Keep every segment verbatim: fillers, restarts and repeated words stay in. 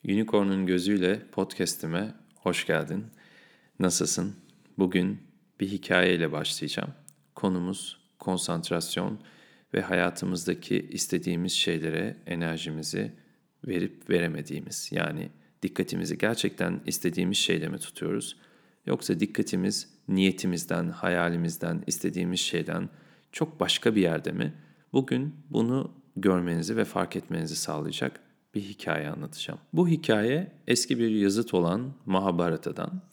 Unicorn'un gözüyle podcast'ime hoş geldin. Nasılsın? Bugün bir hikayeyle başlayacağım. Konumuz konsantrasyon ve hayatımızdaki istediğimiz şeylere enerjimizi verip veremediğimiz. Yani dikkatimizi gerçekten istediğimiz şeyle mi tutuyoruz? Yoksa dikkatimiz niyetimizden, hayalimizden, istediğimiz şeyden çok başka bir yerde mi? Bugün bunu görmenizi ve fark etmenizi sağlayacak bir hikaye anlatacağım. Bu hikaye eski bir yazıt olan Mahabharata'dan.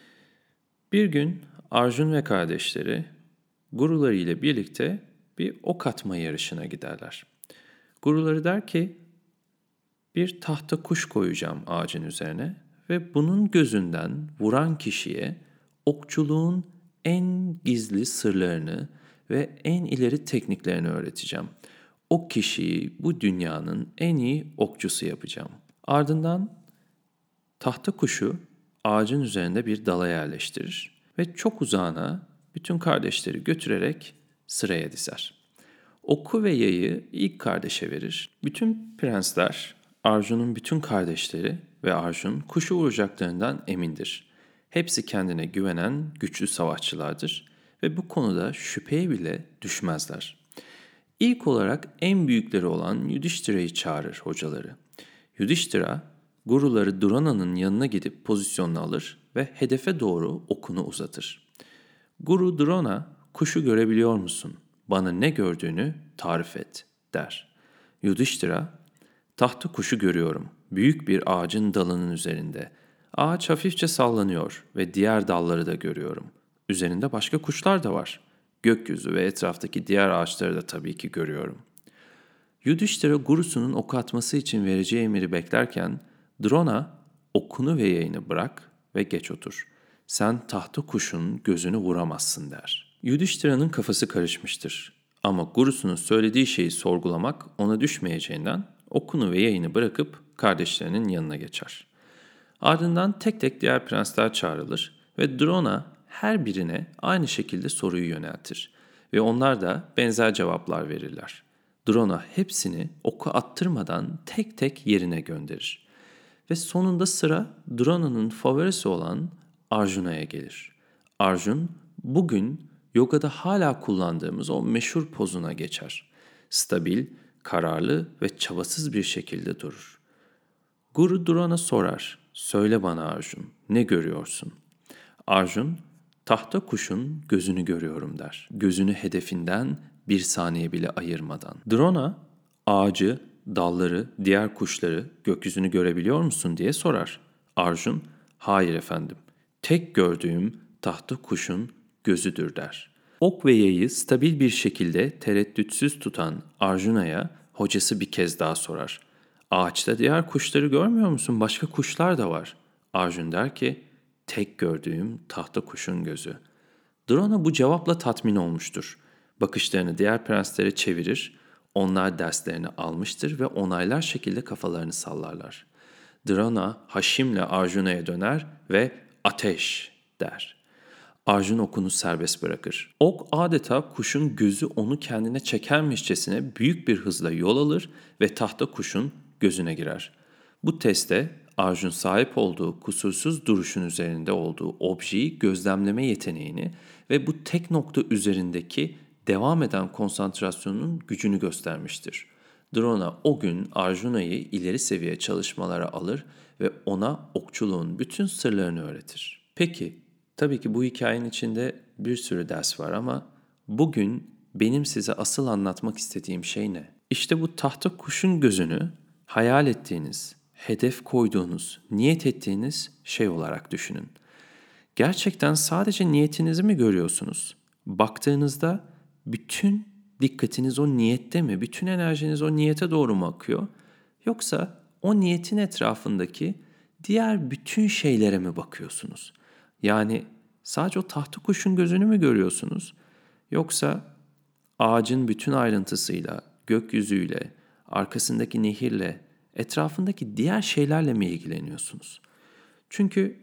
Bir gün Arjun ve kardeşleri guruları ile birlikte bir ok atma yarışına giderler. Guruları der ki bir tahta kuş koyacağım ağacın üzerine ve bunun gözünden vuran kişiye okçuluğun en gizli sırlarını ve en ileri tekniklerini öğreteceğim. O kişiyi bu dünyanın en iyi okçusu yapacağım. Ardından tahta kuşu ağacın üzerinde bir dala yerleştirir ve çok uzağına bütün kardeşleri götürerek sıraya dizer. Oku ve yayı ilk kardeşe verir. Bütün prensler, Arjun'un bütün kardeşleri ve Arjun kuşu vuracaklarından emindir. Hepsi kendine güvenen güçlü savaşçılardır ve bu konuda şüpheye bile düşmezler. İlk olarak en büyükleri olan Yudhishthira'yı çağırır hocaları. Yudhishthira, guruları Drona'nın yanına gidip pozisyonunu alır ve hedefe doğru okunu uzatır. Guru Drona, kuşu görebiliyor musun? Bana ne gördüğünü tarif et, der. Yudhishthira, tahta kuşu görüyorum. Büyük bir ağacın dalının üzerinde. Ağaç hafifçe sallanıyor ve diğer dalları da görüyorum. Üzerinde başka kuşlar da var. Gökyüzü ve etraftaki diğer ağaçları da tabii ki görüyorum. Yudhishthira gurusunun oku atması için vereceği emiri beklerken Drona okunu ve yayını bırak ve geç otur. Sen tahta kuşun gözünü vuramazsın der. Yudhishthira'nın kafası karışmıştır. Ama gurusunun söylediği şeyi sorgulamak ona düşmeyeceğinden okunu ve yayını bırakıp kardeşlerinin yanına geçer. Ardından tek tek diğer prensler çağrılır ve Drona her birine aynı şekilde soruyu yöneltir ve onlar da benzer cevaplar verirler. Drona hepsini oku attırmadan tek tek yerine gönderir. Ve sonunda sıra Drona'nın favorisi olan Arjuna'ya gelir. Arjun bugün yogada hala kullandığımız o meşhur pozuna geçer. Stabil, kararlı ve çabasız bir şekilde durur. Guru Drona sorar, söyle bana Arjun, ne görüyorsun? Arjun, tahta kuşun gözünü görüyorum der. Gözünü hedefinden bir saniye bile ayırmadan. Drona, ağacı, dalları, diğer kuşları, gökyüzünü görebiliyor musun diye sorar. Arjun, hayır efendim, tek gördüğüm tahta kuşun gözüdür der. Ok ve yayı stabil bir şekilde tereddütsüz tutan Arjuna'ya hocası bir kez daha sorar. Ağaçta diğer kuşları görmüyor musun? Başka kuşlar da var. Arjun der ki, tek gördüğüm tahta kuşun gözü. Drona bu cevapla tatmin olmuştur. Bakışlarını diğer prenslere çevirir, onlar derslerini almıştır ve onaylar şekilde kafalarını sallarlar. Drona Haşim'le Arjuna'ya döner ve ateş der. Arjun okunu serbest bırakır. Ok adeta kuşun gözü onu kendine çekermişçesine büyük bir hızla yol alır ve tahta kuşun gözüne girer. Bu testte Arjun sahip olduğu kusursuz duruşun üzerinde olduğu objeyi gözlemleme yeteneğini ve bu tek nokta üzerindeki devam eden konsantrasyonun gücünü göstermiştir. Drona o gün Arjuna'yı ileri seviye çalışmalara alır ve ona okçuluğun bütün sırlarını öğretir. Peki, tabii ki bu hikayenin içinde bir sürü ders var ama bugün benim size asıl anlatmak istediğim şey ne? İşte bu tahta kuşun gözünü hayal ettiğiniz, hedef koyduğunuz, niyet ettiğiniz şey olarak düşünün. Gerçekten sadece niyetinizi mi görüyorsunuz? Baktığınızda bütün dikkatiniz o niyette mi? Bütün enerjiniz o niyete doğru mu akıyor? Yoksa o niyetin etrafındaki diğer bütün şeylere mi bakıyorsunuz? Yani sadece o tahta kuşun gözünü mü görüyorsunuz? Yoksa ağacın bütün ayrıntısıyla, gökyüzüyle, arkasındaki nehirle, etrafındaki diğer şeylerle mi ilgileniyorsunuz? Çünkü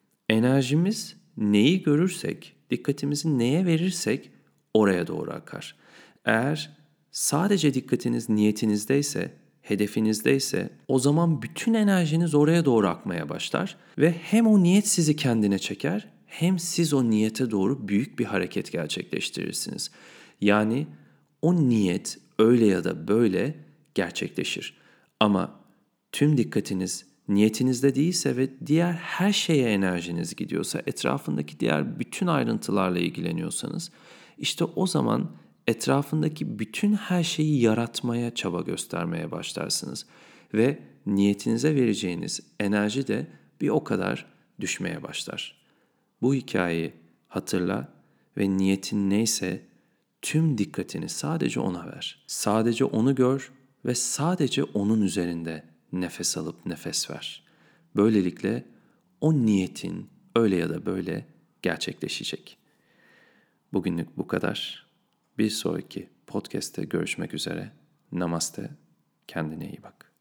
enerjimiz neyi görürsek, dikkatimizi neye verirsek oraya doğru akar. Eğer sadece dikkatiniz niyetinizdeyse hedefinizdeyse o zaman bütün enerjiniz oraya doğru akmaya başlar ve hem o niyet sizi kendine çeker hem siz o niyete doğru büyük bir hareket gerçekleştirirsiniz. Yani o niyet öyle ya da böyle gerçekleşir. Ama tüm dikkatiniz niyetinizde değilse ve diğer her şeye enerjiniz gidiyorsa, etrafındaki diğer bütün ayrıntılarla ilgileniyorsanız, işte o zaman etrafındaki bütün her şeyi yaratmaya çaba göstermeye başlarsınız. Ve niyetinize vereceğiniz enerji de bir o kadar düşmeye başlar. Bu hikayeyi hatırla ve niyetin neyse tüm dikkatini sadece ona ver. Sadece onu gör ve sadece onun üzerinde nefes alıp nefes ver. Böylelikle o niyetin öyle ya da böyle gerçekleşecek. Bugünlük bu kadar. Bir sonraki podcast'te görüşmek üzere. Namaste. Kendine iyi bak.